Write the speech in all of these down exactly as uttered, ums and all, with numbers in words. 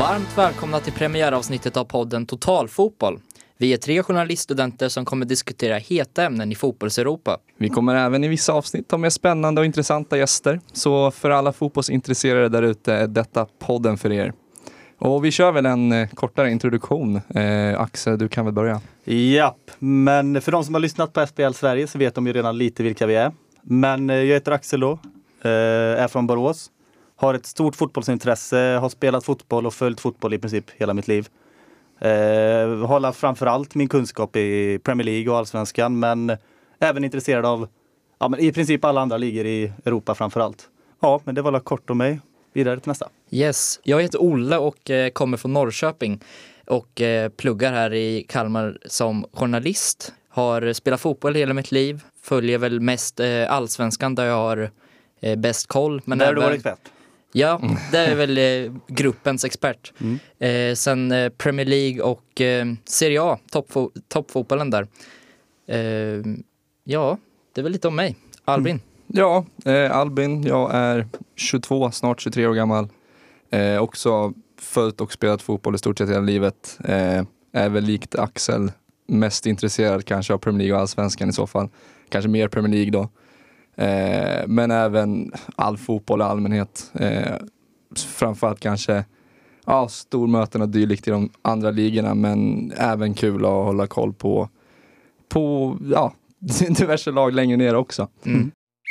Varmt välkomna till premiäravsnittet av podden Totalfotboll. Vi är tre journaliststudenter som kommer diskutera heta ämnen i fotbolls-Europa. Vi kommer även i vissa avsnitt ha med spännande och intressanta gäster. Så för alla fotbollsintresserade där ute är detta podden för er. Och vi kör väl en eh, kortare introduktion. Eh, Axel, du kan väl börja? Japp, men för de som har lyssnat på S P L Sverige så vet de ju redan lite vilka vi är. Men eh, jag heter Axel då, eh, är från Borås. Har ett stort fotbollsintresse, har spelat fotboll och följt fotboll i princip hela mitt liv. Eh, håller framförallt min kunskap i Premier League och Allsvenskan, men även intresserad av ja, men i princip alla andra ligor i Europa framförallt. Ja, men det var kort om mig. Vidare till nästa. Yes, jag heter Olle och eh, kommer från Norrköping och eh, pluggar här i Kalmar som journalist. Har spelat fotboll hela mitt liv, följer väl mest eh, Allsvenskan där jag har eh, bäst koll. Men där även... du var expert. Ja, det är väl eh, gruppens expert. Mm. Eh, sen eh, Premier League och eh, Serie A, toppfo- toppfotbollen där. Eh, ja, det är väl lite om mig. Albin? Mm. Ja, eh, Albin, jag är tjugotvå, snart tjugotre år gammal. Eh, också följt och spelat fotboll i stort sett hela livet. Eh, är väl likt Axel mest intresserad kanske av Premier League och Allsvenskan i så fall. Kanske mer Premier League då. Eh, men även all fotboll i allmänhet. Eh, framförallt kanske ja, stormöten och dylikt i de andra ligorna, men även kul att hålla koll på, på ja, diverse lag längre ner också. Mm.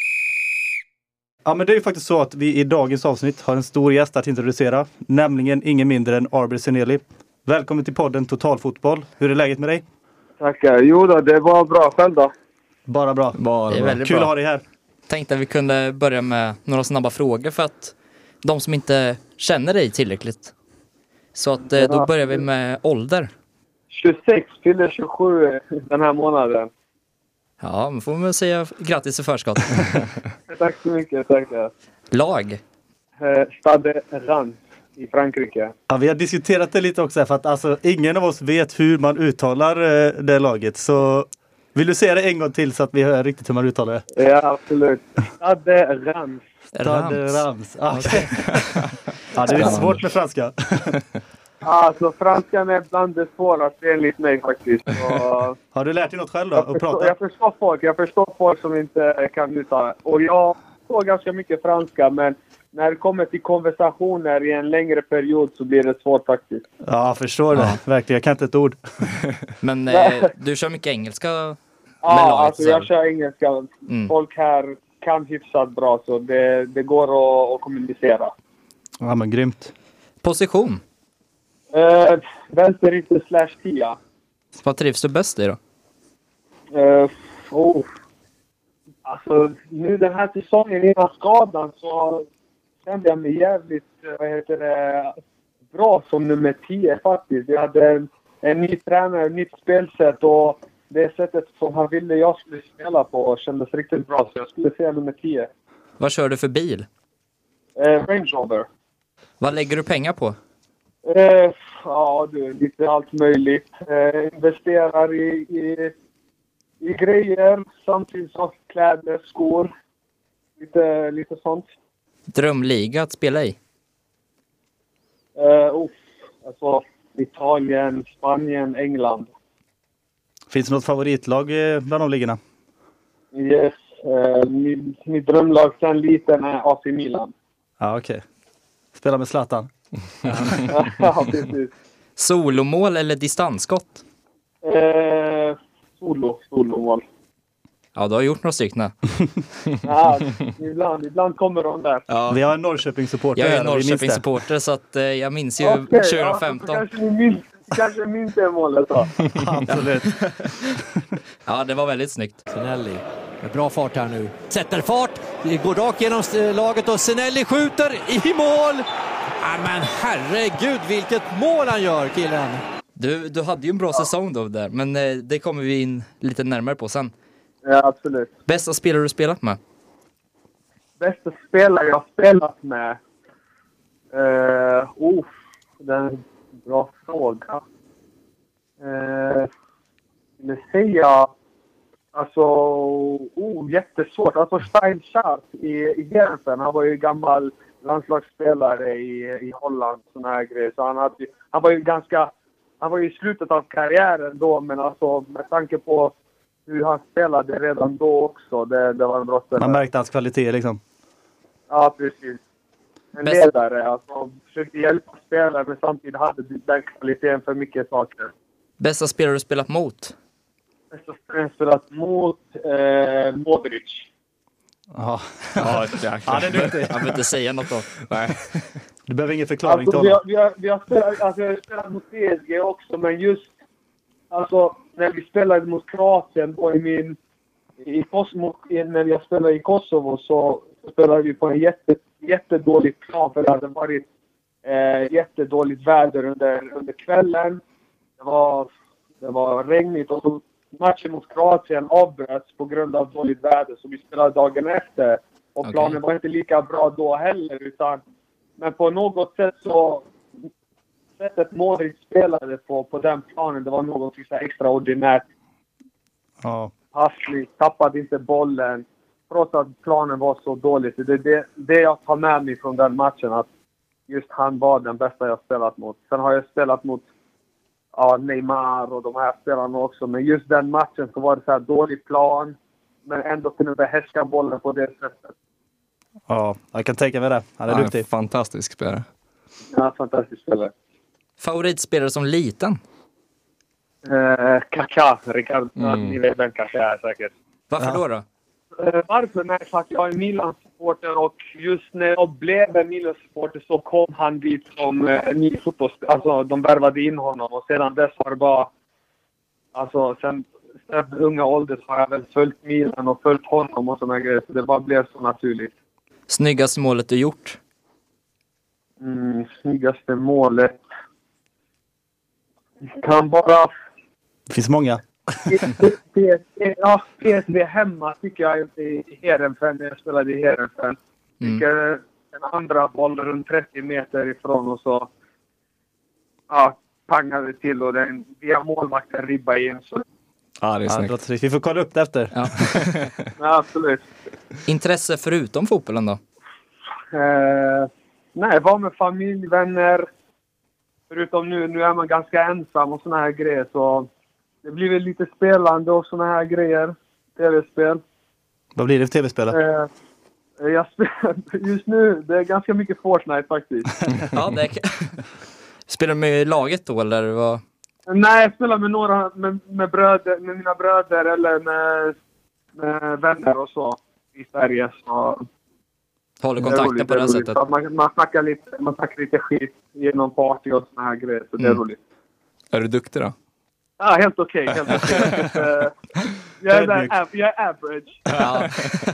Ja, men det är ju faktiskt så att vi i dagens avsnitt har en stor gäst att introducera, nämligen ingen mindre än Arber Seneli. Välkommen till podden Totalfotboll. Hur är läget med dig? Tackar. Jo då, det var bra. Själv då? Bara bra. Bara det är bra. väldigt Kul bra. att ha dig här. Tänkte att vi kunde börja med några snabba frågor för att de som inte känner dig tillräckligt. Så att eh, då börjar vi med ålder. tjugosex, fyller tjugosju den här månaden. Ja, man får väl säga grattis i förskott. Tack så mycket, tackar. Lag? Eh, Stade Reims i Frankrike. Ja, vi har diskuterat det lite också här, för att alltså, ingen av oss vet hur man uttalar eh, det laget. Så vill du säga det en gång till så att vi hör riktigt hur man uttalar det? Ja, absolut. Stade Reims. Stade Reims. Ah, okay. Ja, det är svårt med franska. Alltså, franskan är bland det svåraste enligt mig faktiskt. Och har du lärt dig något själv då? Jag att förstår, prata? jag förstår folk. Jag förstår folk som inte kan uttala. Och jag förstår ganska mycket franska, men när det kommer till konversationer i en längre period så blir det svårt faktiskt. Ja, jag förstår det. Ja. Verkligen, jag kan inte ett ord. Men eh, du kör mycket engelska med ja, laget? Alltså jag kör engelska. Mm. Folk här kan hyfsat bra, så det, det går att, att kommunicera. Ja, men grymt. Position? Uh, Vänsterytter slash tia. Vad trivs du bäst i då? Uh, oh. Alltså, nu den här säsongen innan skadan så kände jag mig jävligt vad heter det, bra som nummer tio faktiskt. Jag hade en, en ny tränare, ett nytt spelsätt och det sättet som han ville jag skulle spela på kändes riktigt bra, så jag skulle säga nummer tio. Vad kör du för bil? Uh, Range Rover. Vad lägger du pengar på? Uh, ja, du, lite allt möjligt. Uh, investerar i, i, i grejer, samtidigt som kläder, skor. Lite, lite sånt. Drömliga att spela i? Uh, uff, alltså Italien, Spanien, England. Finns det något favoritlag bland de ligorna? Yes, uh, min, min drömlag sen liten är A C Milan. Ja, okej. Okay. Spela med Zlatan. Ja, precis. Solomål eller distansskott? Uh, solo, solomål. Ja, du har gjort några stycken. Ja, ibland, ibland kommer de där. Ja. Vi har en Norrköping-supporter. Jag är en Norrköping-supporter så att, eh, jag minns ju okay, tjugohundrafemton. Ja, kanske ni minns, kanske minns det målet då. Absolut. Ja, det var väldigt snyggt. Senelli med bra fart här nu. Sätter fart, det går rakt genom laget och Senelli skjuter i mål. Ja, men herregud vilket mål han gör, killen. Du, du hade ju en bra ja. säsong då där, men eh, det kommer vi in lite närmare på sen. Ja, absolut. Bästa spelare du spelat med? Bästa spelare jag spelat med? Uh, oh, det är en bra fråga. Uh, jag vill säga, alltså, oh, jättesvårt. Alltså Stein Scharf i, i Heerenveen, han var ju gammal landslagsspelare i, i Holland, såna här grejer. Så han, hade, han var ju ganska, han var ju i slutet av karriären då, men alltså med tanke på hur han spelade redan då också, det, det var en bra spelare. Man märkte hans kvalitet liksom. Ja, precis. En Bäst... ledare, alltså försökte hjälpa spelare, men samtidigt hade den kvaliteten för mycket saker. Bästa spelare du spelat mot? Bästa spelare spelat mot eh, Modric. Ja, Ja, ja det är duktigt. Jag behöver inte säga något då. Nej. Du behöver ingen förklaring Alltså, till vi, honom. har, vi, har, vi, har spelat, alltså, jag har spelat mot P S G också, men just alltså, när vi spelade mot Kroatien då i min, i Kosovo, när jag spelade i Kosovo så spelade vi på en jätte, jättedålig plan, för det hade varit eh, jättedåligt väder under, under kvällen. Det var, det var regnigt och så matchen mot Kroatien avbröts på grund av dåligt väder, så vi spelade dagen efter. Och Okay. planen var inte lika bra då heller, utan men på något sätt så sättet Modric spelade på, på den planen, det var något så extraordinärt. Ja. Passligt, tappade inte bollen trots att planen var så dålig. Det är det, det jag tar med mig från den matchen, att just han var den bästa jag spelat mot. Sen har jag spelat mot ja, Neymar och de här spelarna också, men just den matchen så var det så här dålig plan, men ändå kunde behärska bollen på det sättet. Ja, jag kan tänka mig det. Han är Ja, en duktig. fantastisk spelare. Ja, fantastisk spelare. Favoritspelare som liten? Eh, Kaká, Ricardo. Mm. Ni vet vem Kaká är säkert. Varför Ja. då då? Eh, varför? Nej, för att jag är Milan-supporter, och just när jag blev en Milan-supporter så kom han dit som eh, ny fotbollsspelare. Alltså, de värvade in honom, och sedan dess har det bara... Alltså, sen, sen unga ålder har jag väl följt Milan och följt honom och såna grejer. Så det bara blev så naturligt. Snyggaste målet du gjort? Mm, snyggaste målet... Kan bara... Det finns många. P S V, ja, P S V hemma tycker jag i Heerenveen, när jag spelade i Heerenveen. Mm. Tycker en andra boll runt trettio meter ifrån, och så ja, pangade till, och den via målvakten ribba in. Så, Ja, det är Ja, snyggt. låter snyggt. Vi får kolla upp det efter. Ja. ja, absolut. Intresse förutom fotbollen då? Eh, nej, var med familj, vänner. Förutom nu, nu är man ganska ensam och såna här grejer, så det blir väl lite spelande och såna här grejer. Tv-spel. Vad blir det för tv-spel? Eh, jag spelar, just nu, det är ganska mycket Fortnite faktiskt. Ja, det kan... Spelar du med i laget då eller vad? Nej, jag spelar med några, med, med, bröder, med mina bröder eller med, med vänner och så i Sverige. Så Håller det är kontakten roligt, på det här är roligt. sättet? Så Man, man, snackar lite, man snackar lite skit genom party och såna här grejer, så det är Mm. roligt. Är du duktig då? Ja, helt okej. helt okej. Eh, jag, är där, av- jag är average. Ja.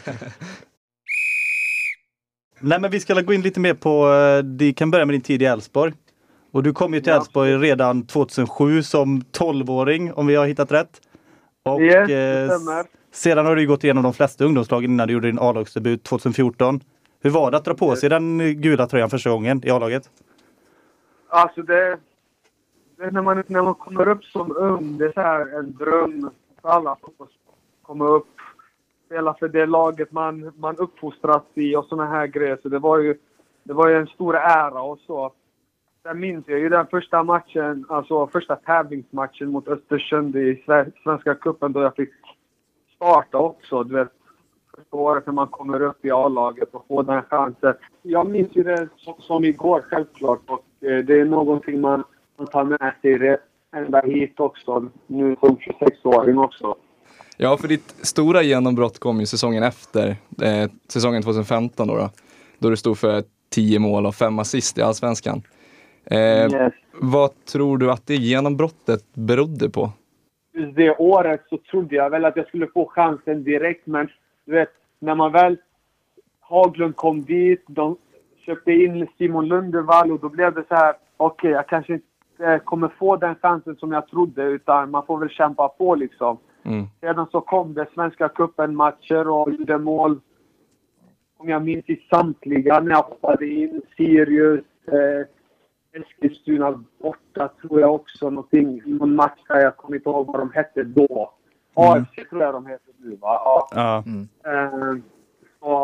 Nej, men vi ska gå in lite mer på, det kan börja med din tid i Elfsborg. Och du kom ju till Ja. Elfsborg redan tjugohundrasju som tolvåring, om vi har hittat rätt. Och Yes, det eh, stämmer. sedan har du gått igenom de flesta ungdomslagen innan du gjorde din A-lagsdebut tjugohundrafjorton. Hur var det att dra på sig den gula tröjan första gången i A-laget? Alltså det, det är när man, när man kommer upp som ung, det är så här en dröm för alla att få komma upp, spela för det laget man, man uppfostras i och såna här grejer. Så det var ju, det var ju en stor ära och så. Sen minns jag ju den första matchen, alltså första tävlingsmatchen mot Östersund i Svenska cupen, då jag fick starta också. Du vet, första året när man kommer upp i A-laget och får den chansen. Jag minns ju det som, som igår självklart, och eh, det är någonting man, man tar med sig det ända hit också, nu som tjugosex-åring också. Ja, för ditt stora genombrott kom ju säsongen efter, eh, säsongen tjugohundrafemton då, då. Då du stod för tio mål och fem assist i Allsvenskan. Eh, Yes. Vad tror du att det genombrottet berodde på? Just det året så trodde jag väl att jag skulle få chansen direkt, men du vet, när man väl Haglund kom dit, de köpte in Simon Lundevall, och då blev det så här, okej, okay, jag kanske inte kommer få den chansen som jag trodde, utan man får väl kämpa på liksom. Mm. Sedan så kom det Svenska cupen-matcher och gjorde mål, om jag minns, i samtliga när jag hoppade in. Sirius, eh, Eskilstuna borta tror jag också, någonting, någon match där jag kommer inte ihåg vad de hette då. A F C tror jag de heter nu, va? Ja. Ja. Mm. Eh, och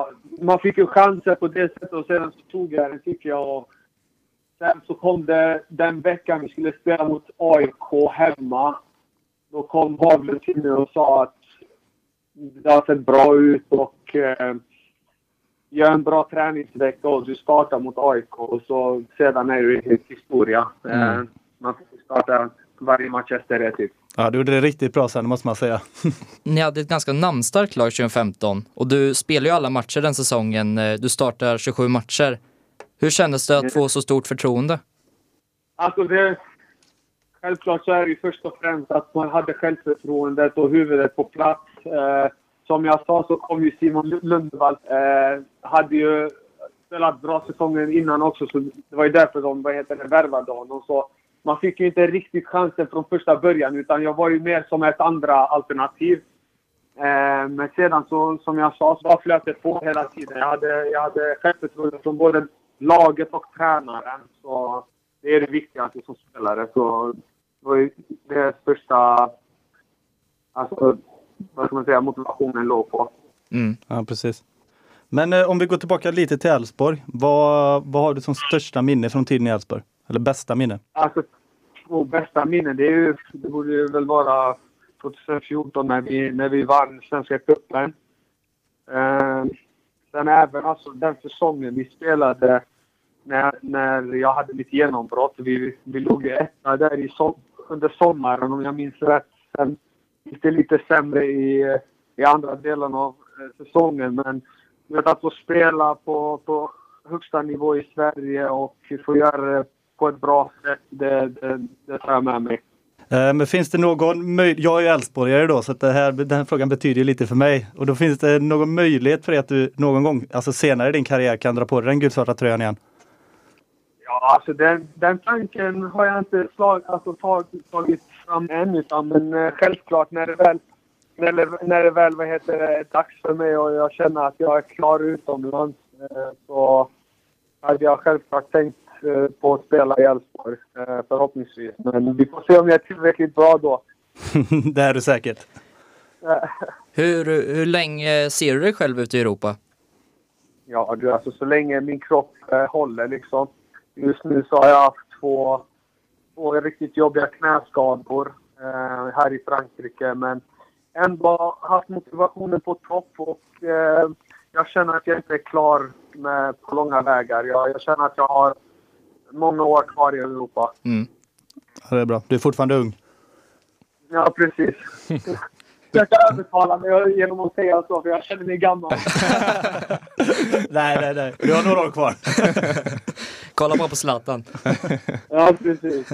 man fick ju chanser på det sättet och sedan så tog jag den tycker jag. Och sen så kom det den veckan vi skulle spela mot A I K hemma. Då kom Havle till mig och sa att det har sett bra ut och eh, gör en bra träningsvecka och du startar mot A I K och så sedan är det helt historia. Mm. Eh, man får starta varje match efter det typ. Ja, du gjorde det riktigt bra sen, måste man säga. Ni hade ett ganska namnstarkt lag tjugo femton och du spelar ju alla matcher den säsongen. Du startar tjugosju matcher. Hur kändes det att få så stort förtroende? Alltså det, självklart så är det ju först och främst att man hade självförtroendet och huvudet på plats. Eh, som jag sa så kom ju Simon Lundvall. Eh, hade ju spelat bra säsongen innan också så det var ju därför de vad heter det, värvade honom. Så man fick ju inte riktigt chansen från första början utan jag var ju mer som ett andra alternativ. Eh, men sedan så som jag sa så flöt det på hela tiden. Jag hade, jag hade självförtroende från både laget och tränaren. Så det är det viktigaste som spelare. Så det var ju det största, alltså vad ska man säga, motivationen låg på. Mm. Ja, precis. Men eh, om vi går tillbaka lite till Elfsborg. Vad, vad har du som största minne från tiden i Elfsborg? Eller bästa minne? Alltså, två bästa minnen, det, är ju, det borde ju väl vara tjugohundrafjorton när vi, när vi vann Svenska cupen. Eh, sen även alltså den säsongen vi spelade när, när jag hade mitt genombrott. Vi, vi låg etta där i som, under sommaren om jag minns rätt. Sen gick det lite sämre i, i andra delen av eh, säsongen. Men vet, att få spela på, på högsta nivå i Sverige och få göra det på ett bra sätt, det, det, det tar jag med mig. Eh, men finns det någon möjlighet, jag är ju Elfsborgare då så att det här, den här frågan betyder lite för mig. Och då finns det någon möjlighet för dig att du någon gång, alltså senare i din karriär kan dra på dig den gulsvarta tröjan igen? Ja, alltså den, den tanken har jag inte slag, alltså, tagit, tagit fram än utan men eh, självklart när det väl när det, när det väl vad heter det, dags för mig och jag känner att jag är klar utomlands eh, så hade jag självklart tänkt eh, på att spela i Elfsborg eh, förhoppningsvis. Men vi får se om jag är tillräckligt bra då. Det är du säkert. hur, hur länge ser du dig själv ute i Europa? Ja, du, alltså så länge min kropp eh, håller liksom. Just nu så har jag haft två, två riktigt jobbiga knäskador eh, här i Frankrike. Men ändå haft motivationen på topp och eh, jag känner att jag inte är klar med på långa vägar. Jag, jag känner att jag har många år kvar i Europa. Mm. Ja, det är bra. Du är fortfarande ung. Ja, precis. Jag kan övertala mig genom att säga så, för jag känner mig gammal. nej, nej, nej. Du har några år kvar. Kolla bara på Zlatan. Ja, precis.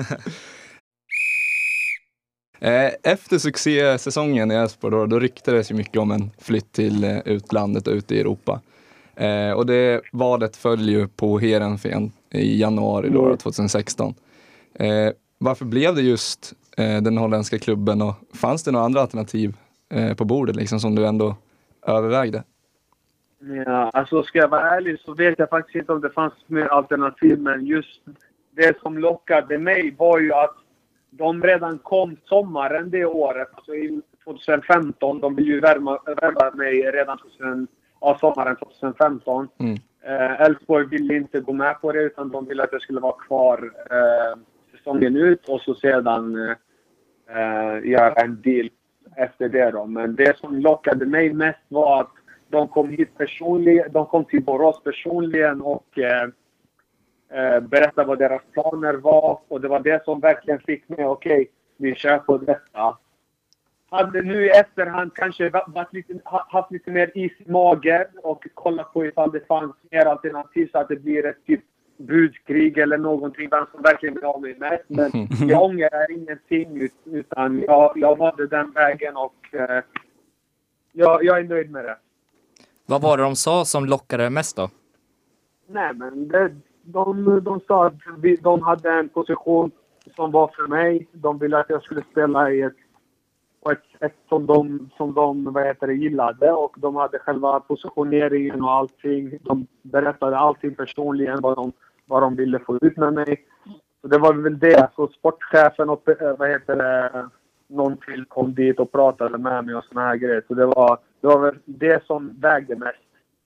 Efter succésäsongen i Elfsborg då, då ryktades ju mycket om en flytt till utlandet och ute i Europa. Eh, och det valet föll ju på Heerenveen i januari då, tjugohundrasexton. Eh, varför blev det just eh, den holländska klubben och fanns det några andra alternativ eh, på bordet liksom, som du ändå övervägde? Ja, alltså ska jag vara ärlig så vet jag faktiskt inte om det fanns mer alternativ, men just det som lockade mig var ju att de redan kom sommaren det året, alltså i tjugohundrafemton. De ville ju värma, värma mig redan tjugohundra, ja, sommaren tjugohundrafemton. Mm. Elfsborg eh, ville inte gå med på det utan de ville att jag skulle vara kvar eh, säsongen ut och så sedan eh, göra en deal efter det då. Men det som lockade mig mest var att de kom hit personligen, de kom till Borås personligen och eh, eh, berättade vad deras planer var. Och det var det som verkligen fick mig, okej, okay, vi kör på detta. Hade nu i efterhand kanske varit lite, haft lite mer is i magen och kollat på ifall det fanns mer alternativ så att det blir ett typ budkrig eller någonting vem som verkligen vill ha mig med. Men jag ångrar ingenting utan jag, jag valde den vägen och eh, jag, jag är nöjd med det. Vad var det de sa som lockade mest då? Nej, men det, de, de sa att vi, de hade en position som var för mig. De ville att jag skulle spela i ett, på ett sätt som de, som de vad heter det, gillade. Och de hade själva positioneringen och allting. De berättade allting personligen vad de, vad de ville få ut med mig. Så det var väl det. Så sportchefen och vad heter det, någon till kom dit och pratade med mig och såna här grejer. Så det var, det var väl det som vägde mest.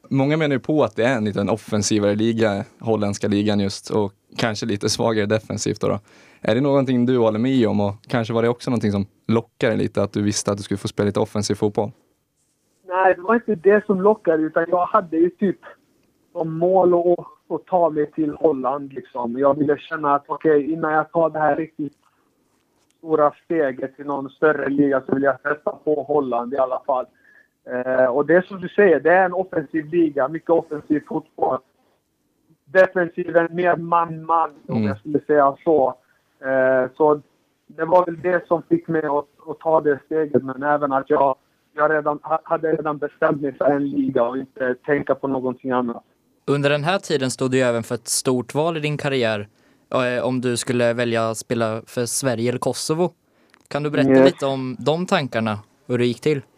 många menar ju på att det är en lite offensivare liga, holländska ligan just, och kanske lite svagare defensivt då, då. Är det någonting du håller med om, och kanske var det också någonting som lockade lite, att du visste att du skulle få spela lite offensiv fotboll? Nej, det var inte det som lockade, utan jag hade ju typ som mål att, att ta mig till Holland liksom. Jag ville känna att okej, okay, innan jag tar det här riktigt stora steget till någon större liga så vill jag testa på Holland i alla fall. Eh, och det som du säger, det är en offensiv liga, mycket offensiv fotboll. Defensiven mer man-man, om mm. jag skulle säga så. Eh, så det var väl det som fick mig att, att ta det steget, men även att jag, jag redan, hade redan bestämt mig för en liga och inte tänka på någonting annat. Under den här tiden stod du även för ett stort val i din karriär, om du skulle välja att spela för Sverige eller Kosovo. Kan du berätta yes. lite om de tankarna, hur det gick till?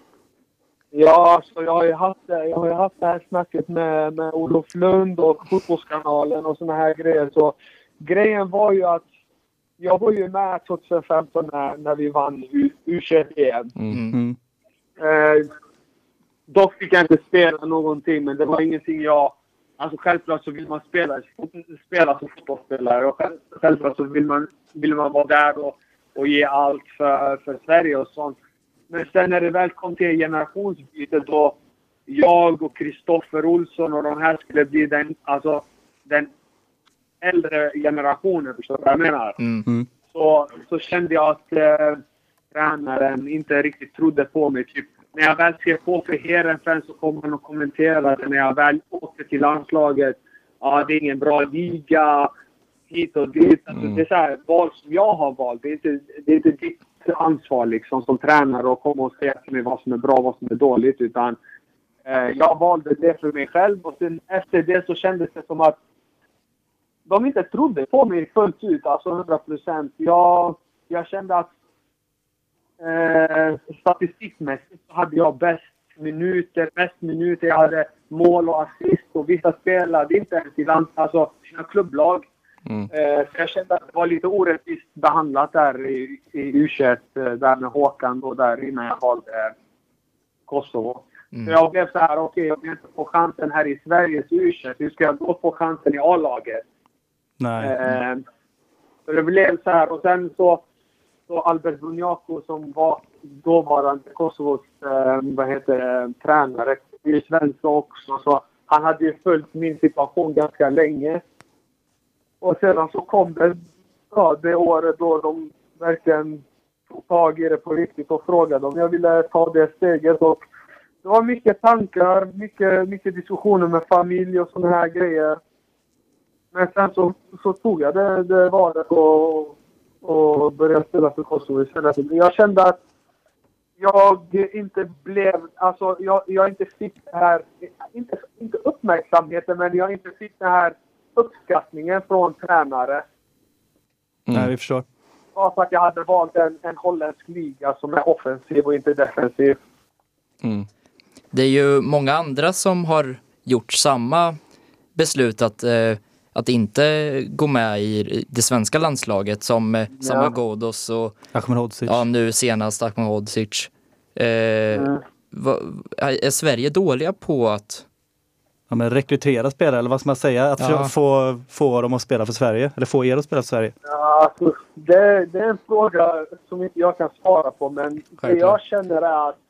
Ja, så jag har ju haft, jag har ju haft det här snacket med, med Olof Lund och Fotbollskanalen och såna här grejer. Så grejen var ju att jag var ju med tjugohundrafemton när, när vi vann U tjugoett-E M. Mm. Mm. Eh, dock fick jag inte spela någonting, men det var ingenting jag... Alltså självklart så vill man spela, spela som fotbollsspelare, och själv, självklart så vill man, vill man vara där och, och ge allt för, för Sverige och sånt. Men sen när det väl kom till generationsbytet då jag och Kristoffer Olsson och de här skulle bli den, alltså, den äldre generationen, förstår du vad jag menar? Mm. Så, så kände jag att eh, tränaren inte riktigt trodde på mig. Typ, när jag väl ser på för Heerenveen så kommer han och kommenterar när jag väl åker till landslaget. Ja, det är ingen bra liga, hit och dit. Alltså, Mm. det är så här val som jag har valt. Det är inte, det är inte ditt ansvar liksom, som tränare och komma och säga till mig vad som är bra och vad som är dåligt. Utan eh, jag valde det för mig själv, och sen efter det så kändes det som att de inte trodde på mig fullt ut, alltså hundra procent. Jag, jag kände att eh, statistikmässigt så hade jag bäst minuter, bäst minuter. Jag hade mål och assist, och vissa spelade inte ens i land, alltså sina klubblag. Mm. Eh, så jag kände att det var lite orättvist behandlat där i, i U tjugoett, eh, där med Håkan och där innan jag valde eh, Kosovo. Mm. Så jag blev så här, okej, okay, jag vill inte få chansen här i Sveriges U tjugoett. Hur ska jag då få chansen i A-laget? Nej. Eh, så det blev så här, och sen så, så Albert Bunjako som var dåvarande Kosovos eh, vad heter det, tränare i svenska också, så han hade ju följt min situation ganska länge. Och sedan så kom det, ja, det året då de verkligen tog tag i det på riktigt och frågade om jag ville ta det steget. Och det var mycket tankar, mycket, mycket diskussioner med familj och sådana här grejer. Men sen så, så tog jag det, det valet och, och började spela för Kosovo istället. Jag kände att jag inte blev, alltså jag, jag inte fick det här, inte, inte uppmärksamheten, men jag inte fick det här uppskattningen från tränare. Mm. Nej, vi förstår. Bara för att jag hade valt en, en holländsk liga som är offensiv och inte defensiv. Mm. Det är ju många andra som har gjort samma beslut att, eh, att inte gå med i det svenska landslaget, som eh, ja. Sama Ghoddos och Ahmedhodzic. Ja, nu senast Ahmedhodzic. Eh, mm. va, är Sverige dåliga på att Ja, men rekrytera spelare, eller vad ska man säga? Att ja. få, få dem att spela för Sverige? Eller få er att spela för Sverige? Ja, alltså, det, det är en fråga som inte jag kan svara på. Men Självklart. Det jag känner är att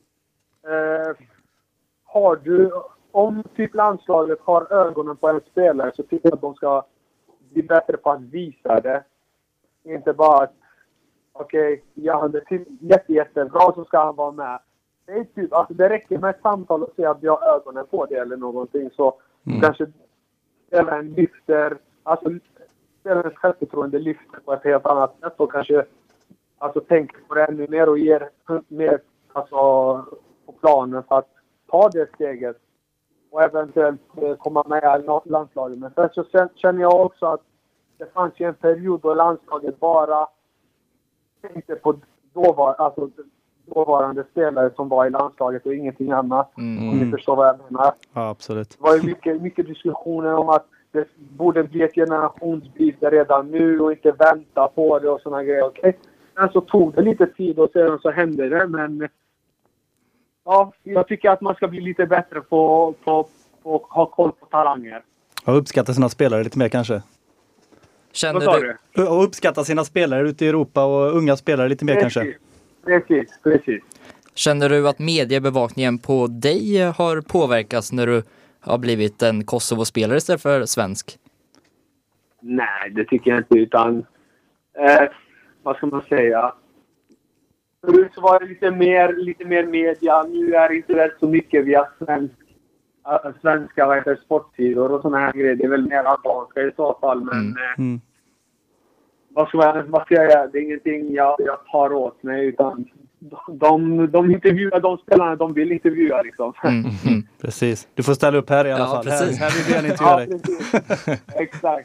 eh, har du, om typ landslaget har ögonen på en spelare, så tycker jag att de ska bli bättre på att visa det. Inte bara att okej, okay, ja, det är typ jätte, jättebra, så ska han vara med. Det, är typ, alltså det räcker med ett samtal och se att vi har ögonen på det eller någonting. Så mm. kanske spelaren lyfter, alltså spelarens självförtroende lyfter på ett helt annat sätt, och kanske alltså tänker på det ännu mer och ger mer alltså, på planen för att ta det steget och eventuellt komma med i landslaget. Men sen så känner jag också att det fanns ju en period då landslaget bara tänkte på dåvar, alltså dåvarande spelare som var i landslaget och ingenting annat. Mm. Om ni förstår vad jag menar. Ja, absolut. Det var ju mycket, mycket diskussioner om att det borde bli ett generationsbyte redan nu och inte vänta på det och sådana grejer. Okej. Men så tog det lite tid och sedan så hände det. Men ja, jag tycker att man ska bli lite bättre på, på få ha koll på talanger. Och uppskatta sina spelare lite mer kanske. Känner Vad sa du, du? Och uppskatta sina spelare ute i Europa och unga spelare lite mer Precis. kanske. Precis, precis. känner du att mediebevakningen på dig har påverkats när du har blivit en Kosovo-spelare istället för svensk? Nej, det tycker jag inte. Utan, eh, vad ska man säga? Förut så var det lite mer, lite mer media. Nu är det inte rätt så mycket via svensk, äh, svenska vad heter, sportsidor och såna här grejer. Det är väl mer albanska i så fall. Men Mm. eh, Mm. vad, ska jag, vad ska jag göra? Det är ingenting jag, jag tar åt mig. Utan de, de intervjuar de spelarna de vill intervjua. Liksom. Mm. Mm. Precis. Du får ställa upp här i alla Ja, fall. precis. Här, här vill vi gärna intervjua Ja, dig. precis. Exakt.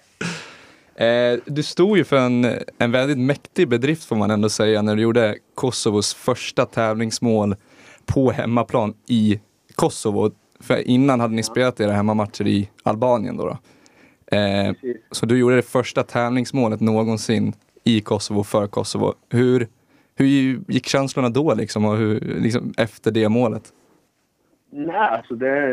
Eh, du stod ju för en, en väldigt mäktig bedrift får man ändå säga när du gjorde Kosovos första tävlingsmål på hemmaplan i Kosovo. För innan hade ni spelat era hemmamatcher i Albanien då. då. Eh, Precis. så du gjorde det första tävlingsmålet någonsin i Kosovo för Kosovo. Hur, hur gick känslorna då liksom, och hur, liksom efter det målet? Nej, alltså det...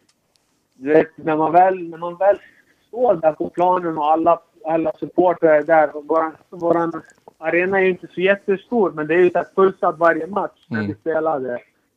Du vet, när man väl, när man väl står där på planen och alla, alla supportrar är där. Våran, våran arena är ju inte så jättestor, men det är ju så fullsatt varje match när Mm. vi spelade.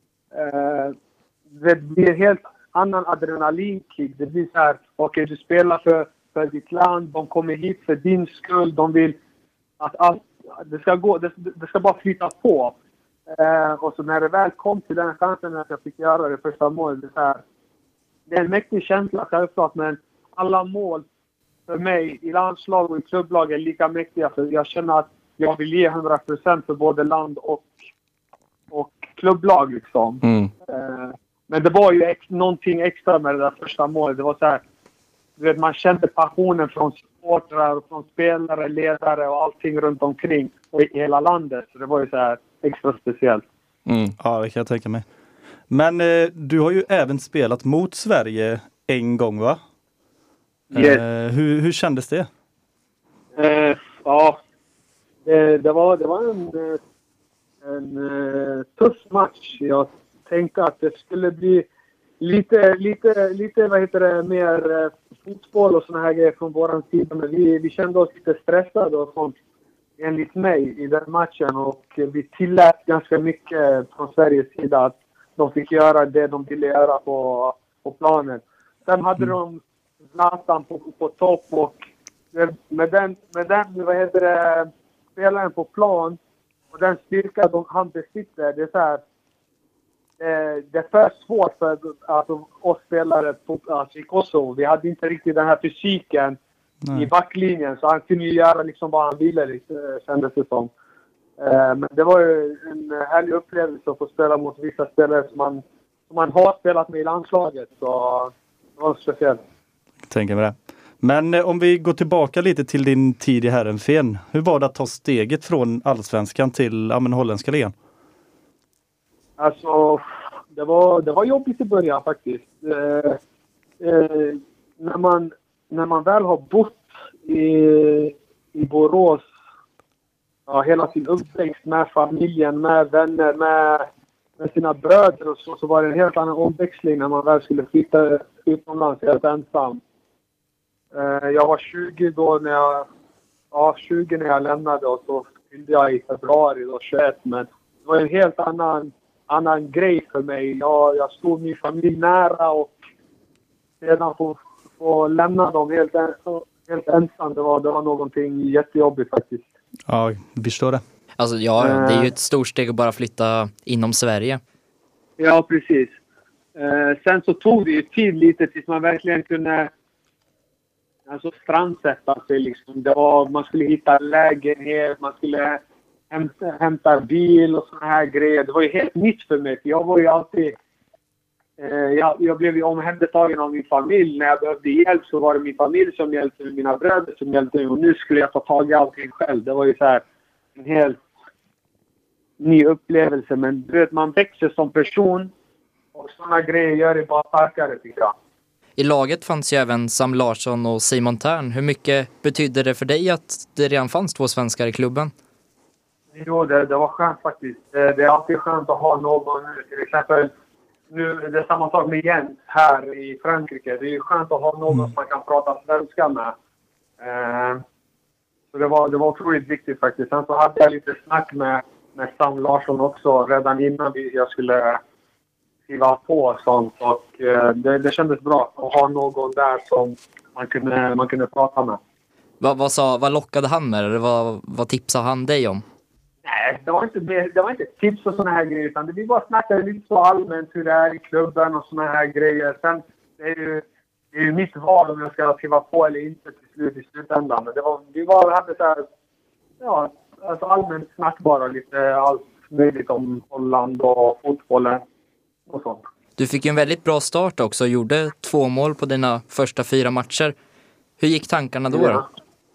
Uh, det blir helt annan adrenalinkick. Det blir så här, okej okay, du spelar för, för ditt land, de kommer hit för din skull, de vill att allt, det ska gå, det, det ska bara flytta på. Uh, och så när det väl kom till den chansen att jag fick göra det första målet, det är så här, det är en mäktig känsla självklart, men alla mål för mig i landslag och i klubblag är lika mäktiga, för jag känner att jag vill ge hundra procent för både land och, och klubblag liksom. Mm. Uh, men det var ju ex- någonting extra med det där första målet. Det var så här, du vet, man kände passionen från supportrar och från spelare, ledare och allting runt omkring och i hela landet. Så det var ju så här extra speciellt. Mm. Ja, det kan jag tänka mig. Men eh, du har ju även spelat mot Sverige en gång, va? Yes. Eh, hur, hur kändes det? Uh, ja, det, det, var, det var en, en uh, tuff match. Jag tänkte att det skulle bli lite, lite, lite vad heter det, mer uh, fotboll och såna här grejer från våran sida. Men vi, vi kände oss lite stressade och sånt, enligt mig, i den matchen. Och vi tillät ganska mycket från Sveriges sida att de fick göra det de ville göra på, på planen. Sen hade mm. de Zlatan på, på topp och med den, med den vad heter det, spelaren på plan och den styrka de, han besitter, det är så här, eh, det är för svårt för alltså, oss spelare på, alltså, i Kosovo. Vi hade inte riktigt den här fysiken Nej. i backlinjen, så han kunde ju göra liksom vad han ville, liksom, kändes det som. Eh, men det var ju en härlig upplevelse att få spela mot vissa spelare som man, som man har spelat med i landslaget, så det var speciellt. Tänker mig det. Men eh, om vi går tillbaka lite till din tid i Heerenveen. Hur var det att ta steget från allsvenskan till ja, men, holländska ligan? Alltså, det var, det var jobbigt i början faktiskt. Eh, eh, när, man, när man väl har bott i, i Borås ja, hela sin uppväxt med familjen, med vänner, med, med sina bröder och så, så var det en helt annan omväxling när man väl skulle flytta utomlands helt ensam. Jag var tjugo då när jag, ja, tjugo när jag lämnade och så fyllde jag i februari då, tjugoett. Men det var en helt annan, annan grej för mig. Jag, jag stod min familj nära och sedan få, få lämna dem helt, helt ensam. Det var, det var någonting jättejobbigt faktiskt. Ja, vi förstår det. Alltså ja, det är ju ett stort steg att bara flytta inom Sverige. Ja, precis. Sen så tog det ju tid lite tills man verkligen kunde alltså strandsätta sig liksom. Det var, man skulle hitta lägenhet, man skulle hämta, hämta bil och såna här grejer. Det var ju helt nytt för mig. För jag var ju alltid... Eh, jag, jag blev ju omhändertagen av min familj. När jag behövde hjälp så var det min familj som hjälpte mig, mina bröder som hjälpte mig. Och nu skulle jag ta tag i allting själv. Det var ju så här en helt ny upplevelse. Men du vet, man växer som person. Och såna grejer gör det bara starkare, tycker jag. I laget fanns ju även Sam Larsson och Simon Tern. Hur mycket betydde det för dig att det redan fanns två svenskar i klubben? Jo, det, det var skönt faktiskt. Det, det är alltid skönt att ha någon nu. Till exempel nu det är samma sak med Jens här i Frankrike. Det är ju skönt att ha någon mm. som man kan prata svenska med. Eh, så det var, det var otroligt viktigt faktiskt. Sen så hade jag lite snack med, med Sam Larsson också redan innan vi, jag skulle skriva på och sånt. Och eh, det, det kändes bra att ha någon där som man kunde, man kunde prata med. Vad, vad, sa, vad lockade han med? Eller vad, vad tipsade han dig om? Nej, det var inte, det var inte tips och såna här grejer. Utan vi bara snackade lite så allmänt hur det är i klubben och såna här grejer. Sen det är ju, det är ju mitt val om jag ska skriva på eller inte till slut i slutändan. Men det var, vi var, hade så här, ja, alltså allmänt snack bara lite allt möjligt om Holland och fotbollen och sånt. Du fick ju en väldigt bra start också och gjorde två mål på dina första fyra matcher. Hur gick tankarna då? Ja. då?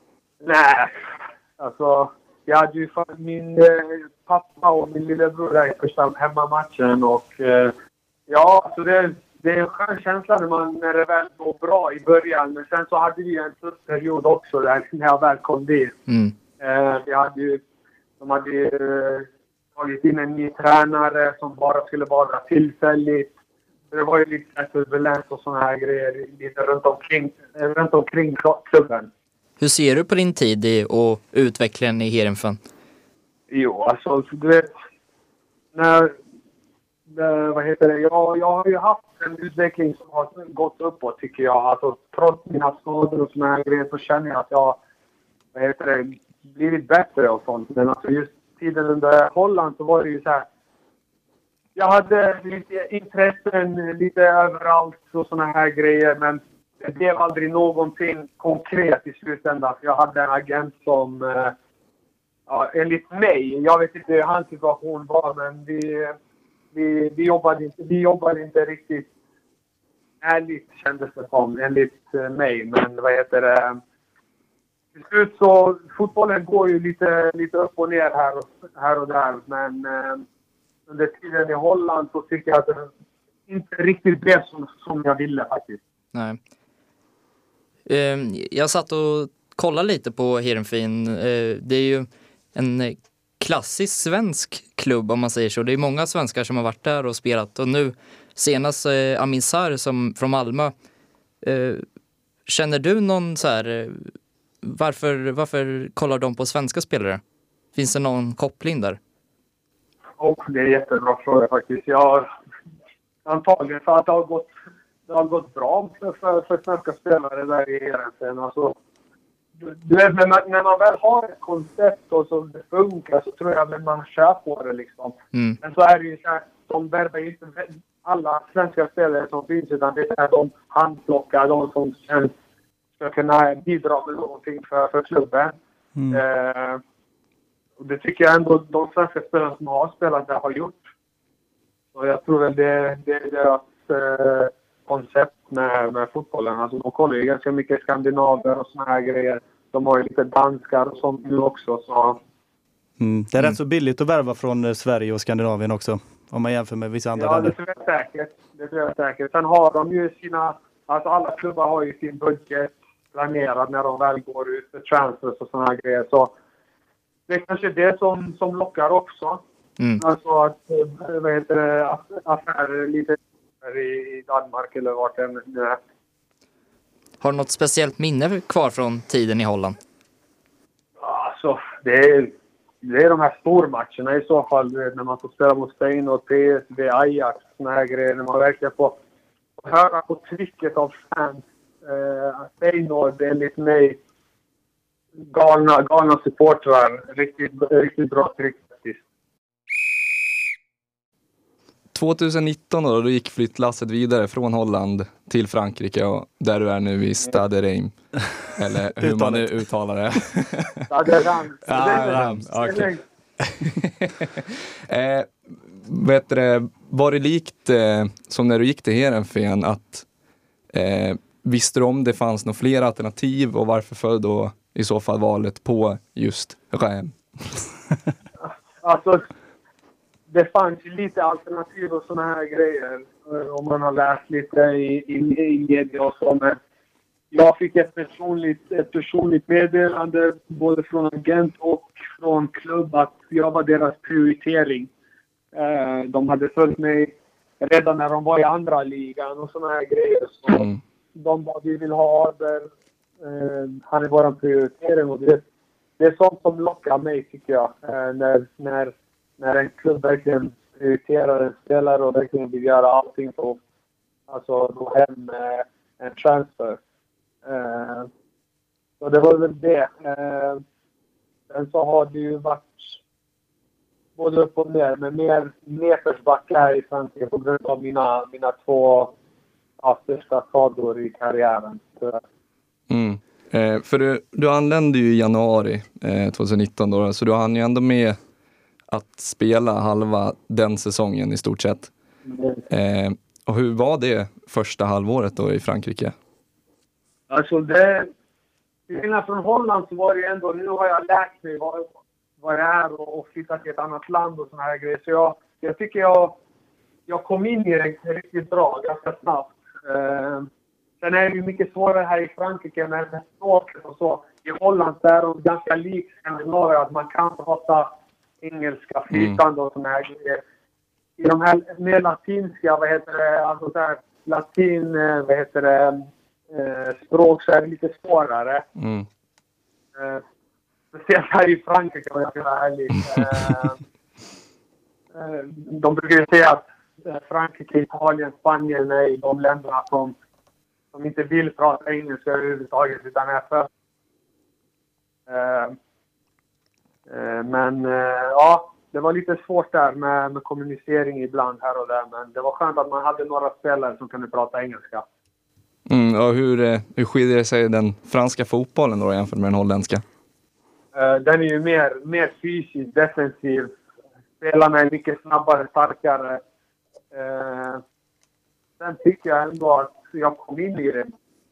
Nej, alltså jag hade ju min eh, pappa och min lillebror där i första hemmamatchen och eh, ja, alltså det, det är en skön känsla när, man, när det väl går bra i början. Men sen så hade vi en tuff period också där när jag väl kom dit. Mm. Eh, vi hade ju, de hade ju eh, tagit in en ny tränare som bara skulle vara tillfälligt. Det var ju lite turbulens och såna här grejer lite runt omkring, runt omkring klubben. Hur ser du på din tid i, och utvecklingen i Heerenveen? Jo, alltså du vet, när, när, vad heter det, jag, jag har ju haft en utveckling som har gått uppåt tycker jag. Alltså trots mina skador och såna här grejer så känner jag att jag, vad heter det, blivit bättre och sånt. Men alltså just tiden under Holland så var det ju så här. Jag hade lite intressen lite överallt och såna här grejer, men det blev aldrig någonting konkret i slutändan. Jag hade en agent som, eh, ja, enligt mig, jag vet inte hur hans situation var, men vi, vi, vi, jobbade, inte, vi jobbade inte riktigt ärligt kändes det som, enligt mig. Men vad heter det? Till slut så, fotbollen går ju lite, lite upp och ner här och, här och där, men eh, under tiden i Holland så tycker jag att det inte riktigt blev som, som jag ville faktiskt. Nej. Uh, jag satt och kollade lite på Heerenveen. Uh, det är ju en klassisk svensk klubb om man säger så. Det är många svenskar som har varit där och spelat. Och nu senast uh, Amin Sarr som från Malmö. Uh, känner du någon så här... Uh, varför, varför kollar de på svenska spelare? Finns det någon koppling där? Och det är en jättebra fråga faktiskt. Jag antagligen för att det har gått, det har gått bra för, för, för svenska spelare där i Heerenveen. Alltså, du vet, när man, när man väl har ett koncept och så det funkar så tror jag att man kör på det liksom. Mm. Men så är det ju så här, de värvar inte alla svenska spelare som finns utan det är de handplockar, de som sen ska kunna bidra med någonting för, för klubben. Mm. Eh, och det tycker jag ändå de svenska spelarna som har spelat där har gjort. Och jag tror väl det, det är deras eh, koncept med, med fotbollen. Alltså de kollar ju ganska mycket skandinaver och såna här grejer. De har ju lite danskar och sånt nu också. Så. Mm. Det är mm. rätt så billigt att värva från Sverige och Skandinavien också. Om man jämför med vissa andra ja, länder. Ja, det tror jag säkert. Det tror jag säkert. Sen har de ju sina... Alltså alla klubbar har ju sin budget planerad när de väl går ut för transfers och såna här grejer. Så det är kanske det som, som lockar också. Mm. Alltså att, vad heter det, affärer lite i Danmark eller vart det nu är. Har du något speciellt minne kvar från tiden i Holland? Alltså, det är, det är de här stormatcherna i så fall. När man får spela mot Spain och P S V, Ajax, såna här grejer. När man verkligen får höra på trycket av fans. Eh, Feyenoord enligt mig galna, galna supportrar. Riktigt, riktigt bra tryck faktiskt. tjugonitton då, då gick flyttlasset vidare från Holland till Frankrike och där du är nu i Stade Reims. Eller hur man nu uttalar det. Stade Reims. Ja, Reims. Okej. eh, vet du, var det likt eh, som när du gick till Heerenveen att eh, visste du om det fanns några fler alternativ och varför föll då i så fall valet på just Reims? Alltså det fanns ju lite alternativ och såna här grejer. Om man har läst lite i, i, i media och så. Men jag fick ett personligt, ett personligt meddelande både från agent och från klubb att jag var deras prioritering. De hade följt mig redan när de var i andra ligan och såna här grejer. Så Mm. de bara, vi vill ha Arber. Eh, han är vår prioritering och det, det är sånt som lockar mig tycker jag. Eh, när, när, när en klubb verkligen prioriterar en spelare och verkligen vill göra allting för att alltså, gå hem med en transfer. Eh, så det var väl det. Eh, sen så har det ju varit både upp och ner, men mer nedförsbacke här i Frankrike på grund av mina, mina två ja, största skador i karriären. Så, Mm. Eh, för du, du anlände ju i januari eh, tjugonitton då, så du hann ju ändå med att spela halva den säsongen i stort sett. Eh, och hur var det första halvåret då i Frankrike? alltså det, till skillnad från Holland så var det ändå, nu har jag lärt mig vad, vad det är och, och flyttat till ett annat land och såna här grejer. Så jag, jag tycker jag, jag kom in i det riktigt bra, ganska snabbt. Eh, sen är det ju mycket svårare här i Frankrike med, med språket och så. I Holland så är de ganska lik Skandinavien, att man kan prata engelska flytande och såna här grejer. I de här mer latinska, vad heter det, alltså så här, latin, eh, vad heter det, eh, språk så är det lite svårare. Mm. Eh, speciellt här i Frankrike om jag ska vara ärlig. Eh, eh, de brukar ju säga att eh, Frankrike, Italien, Spanien är de länderna som, som inte vill prata engelska överhuvudtaget utan är för. Eh, eh, men eh, ja, det var lite svårt där med, med kommunicering ibland här och där. Men det var skönt att man hade några spelare som kunde prata engelska. Mm, och hur, eh, hur skiljer sig den franska fotbollen då jämfört med den holländska? Uh, den är ju mer, mer fysisk, defensiv. Spelarna är mycket snabbare, starkare. Uh, sen tycker jag ändå att jag kom in i det.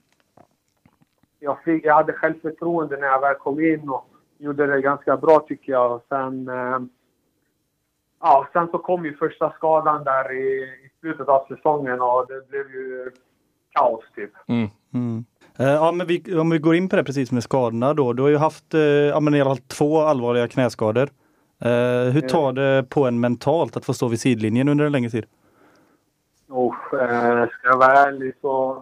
Jag, fick, jag hade självförtroende när jag väl kom in och gjorde det ganska bra tycker jag. Och sen, uh, ja, sen så kom ju första skadan där i, i slutet av säsongen och det blev ju kaos typ. Mm. Mm. Eh, Ja, men vi, om vi går in på det precis med skadorna då. Du har ju haft eh, ja, men i alla fall två allvarliga knäskador. Eh, hur tar det på en mentalt att få stå vid sidlinjen under en längre tid? Usch, eh, ska jag vara ärlig så...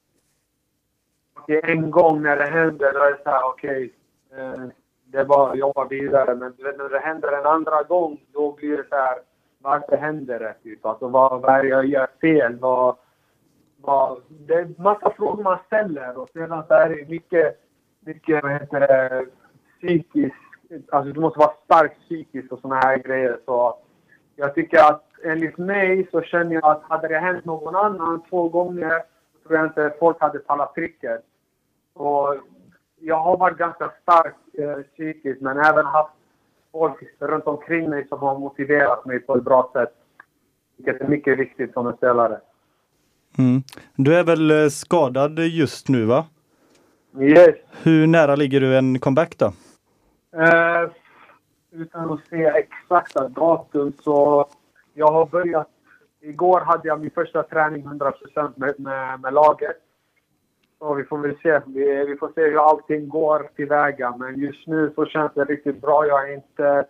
Okej, en gång när det händer, då är det så här, okej, eh, det är bara att jobba vidare. Men du vet, när det händer en andra gång, då blir det så här, varför händer det? Typ? Alltså, vad, vad är det jag gör fel? Vad, vad, det är massa frågor man ställer och sedan så är det mycket, mycket vad heter det, psykiskt. Alltså, du måste vara stark psykiskt och såna här grejer. Så jag tycker att enligt mig så känner jag att hade det hänt någon annan två gånger så tror jag inte folk hade pallat trycket. Och jag har varit ganska stark eh, psykiskt men även haft folk runt omkring mig som har motiverat mig på ett bra sätt. Vilket är mycket viktigt som en spelare. Mm. Du är väl eh, skadad just nu va? Yes. Hur nära ligger du en comeback då? Eh, utan att se exakta datum så jag har börjat. Igår hade jag min första träning hundra procent med, med, med laget. Så vi får väl se. Vi, vi får se hur allting går tillväga. Men just nu så känns det riktigt bra. Jag är inte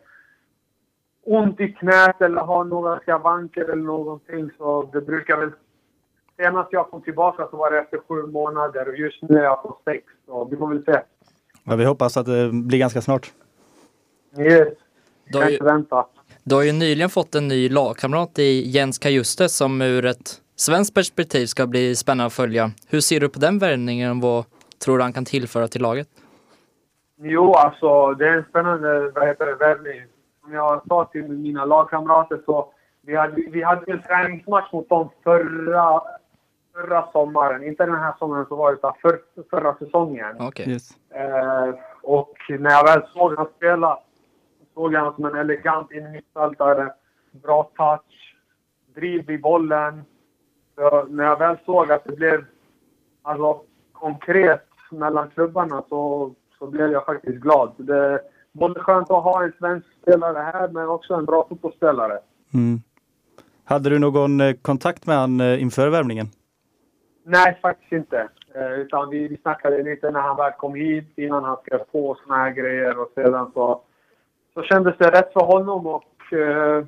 ont i knät eller har några skavanker eller någonting. Så det brukar väl... Senast jag kom tillbaka så var det efter sju månader. Och just nu är jag på sex. Så vi får väl se. Ja, vi hoppas att det blir ganska snart. Yes. Då Jag kan är- inte vänta. Du har ju nyligen fått en ny lagkamrat i Jens Kajuste som ur ett svenskt perspektiv ska bli spännande att följa. Hur ser du på den värvningen och vad tror du han kan tillföra till laget? Jo, alltså det är en spännande vad heter det, värvning. Som jag sa till mina lagkamrater så vi hade, vi hade en träningsmatch mot dem förra, förra sommaren. Inte den här sommaren som var utan för, förra säsongen. Okej. Yes. Eh, och när jag väl såg han spela såg jag honom som en elegant innermittfältare. Bra touch, driv i bollen. Så när jag väl såg att det blev alltså, konkret mellan klubbarna så, så blev jag faktiskt glad. Det är både skönt att ha en svensk spelare här men också en bra fotbollsspelare. Mm. Hade du någon eh, kontakt med han eh, inför värvningen? Nej, faktiskt inte. Eh, utan vi, vi snackade lite när han väl kom hit innan han skrev på såna här grejer och sedan så, så kändes det rätt för honom och eh,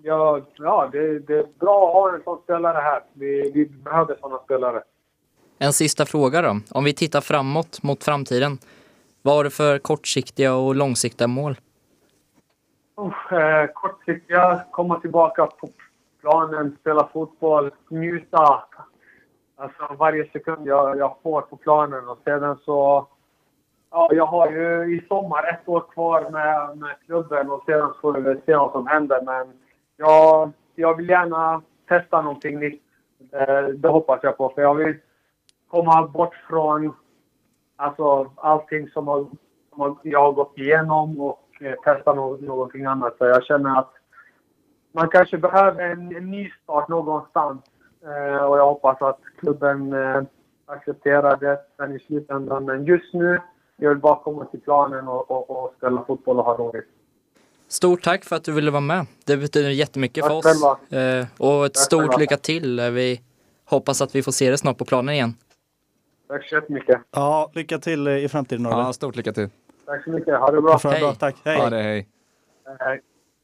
ja, ja det, det är bra att ha en sån spelare här. Vi, vi behöver sådana spelare. En sista fråga då. Om vi tittar framåt mot framtiden. Vad har du för kortsiktiga och långsiktiga mål? Uh, eh, kortsiktiga, komma tillbaka på planen, spela fotboll, njuta. Alltså varje sekund jag, jag får på planen. Och sedan så... Ja, jag har ju i sommar ett år kvar med, med klubben och sedan får vi se vad som händer. Men jag, jag vill gärna testa någonting nytt. Eh, det hoppas jag på. För jag vill komma bort från alltså, allting som, har, som har, jag har gått igenom och eh, testa no- någonting annat. Så jag känner att man kanske behöver en, en ny start någonstans. Eh, och jag hoppas att klubben eh, accepterar det sen i slutändan. Men just nu jag vill bara komma till planen och, och, och spela fotboll och ha roligt. Stort tack för att du ville vara med. Det betyder jättemycket Tack för oss. själva. Eh, och ett Tack stort själva. lycka till. Vi hoppas att vi får se det snart på planen igen. Tack så jättemycket. Ja, lycka till i framtiden, Norrby. Ja, stort lycka till. Tack så mycket. Ha det bra. För bra. Tack. Hej. Ja, det är hej. Hej.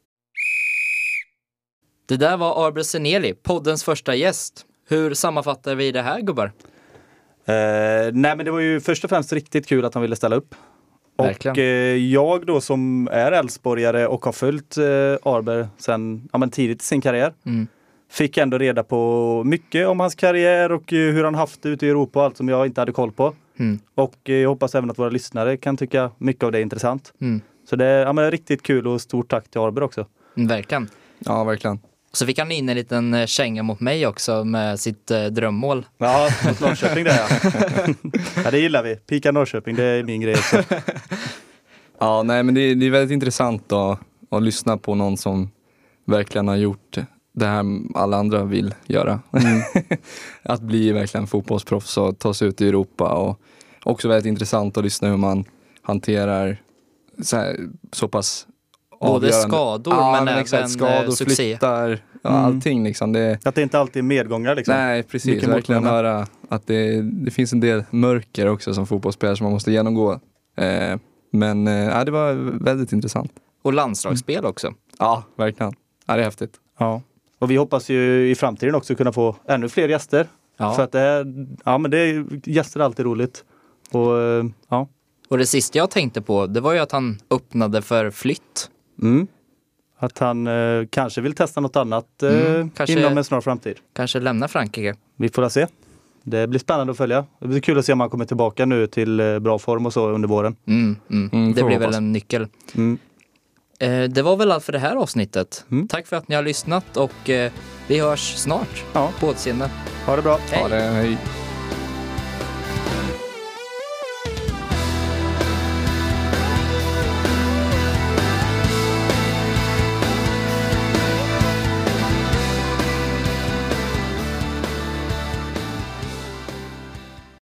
Det där var Arber Seneli, poddens första gäst. Hur sammanfattar vi det här, gubbar? Eh, nej, men det var ju först och främst riktigt kul att han ville ställa upp. Verkligen. Och eh, jag då som är älvsborgare och har följt eh, Arber sedan ja, men tidigt i sin karriär. Mm. Fick ändå reda på mycket om hans karriär och eh, hur han haft det ute i Europa och allt som jag inte hade koll på. Mm. Och eh, jag hoppas även att våra lyssnare kan tycka mycket av det är intressant. Mm. Så det är ja, men riktigt kul och stort tack till Arber också. Mm, verkligen. Ja, verkligen. Så fick han in en liten eh, känga mot mig också med sitt eh, drömmål. Ja, mot Norrköping det ja. Ja, det gillar vi. Pika Norrköping, det är min grej också. Ja, nej, men det är, det är väldigt intressant då, att lyssna på någon som verkligen har gjort det här alla andra vill göra. Mm. Att bli verkligen fotbollsproffs och ta sig ut i Europa. Och också väldigt intressant att lyssna hur man hanterar så, här, så pass Både avgörande. skador Ja, men, men även exakt, skador, succé. flyttar, ja, Mm. allting liksom. Det, Att det inte alltid är medgångar liksom. nej, precis. Mycket Verkligen motgångar. höra att det, det finns en del mörker också som fotbollsspelare som man måste genomgå. Eh, men eh, ja, det var väldigt intressant. Och landslagsspel också. Ja, verkligen. Ja, det är häftigt. Ja. Och vi hoppas ju i framtiden också kunna få ännu fler gäster. Ja. För att det är, ja men det är, gäster är alltid roligt. Och eh, ja. Och det sista jag tänkte på, det var ju att han öppnade för flytt. Mm. Att han eh, kanske vill testa något annat eh, Mm, kanske- inom en snar framtid. Kanske lämna Frankrike. Vi får se. Det blir spännande att följa. Det blir kul att se om han kommer tillbaka nu till eh, bra form och så under våren. Mm, mm. Mm, det får blir hoppas. väl en nyckel. Mm. Eh, det var väl allt för det här avsnittet. Mm. Tack för att ni har lyssnat och eh, vi hörs snart. Ja. På återseende. Ha det bra. Hej. Ja, det, hej.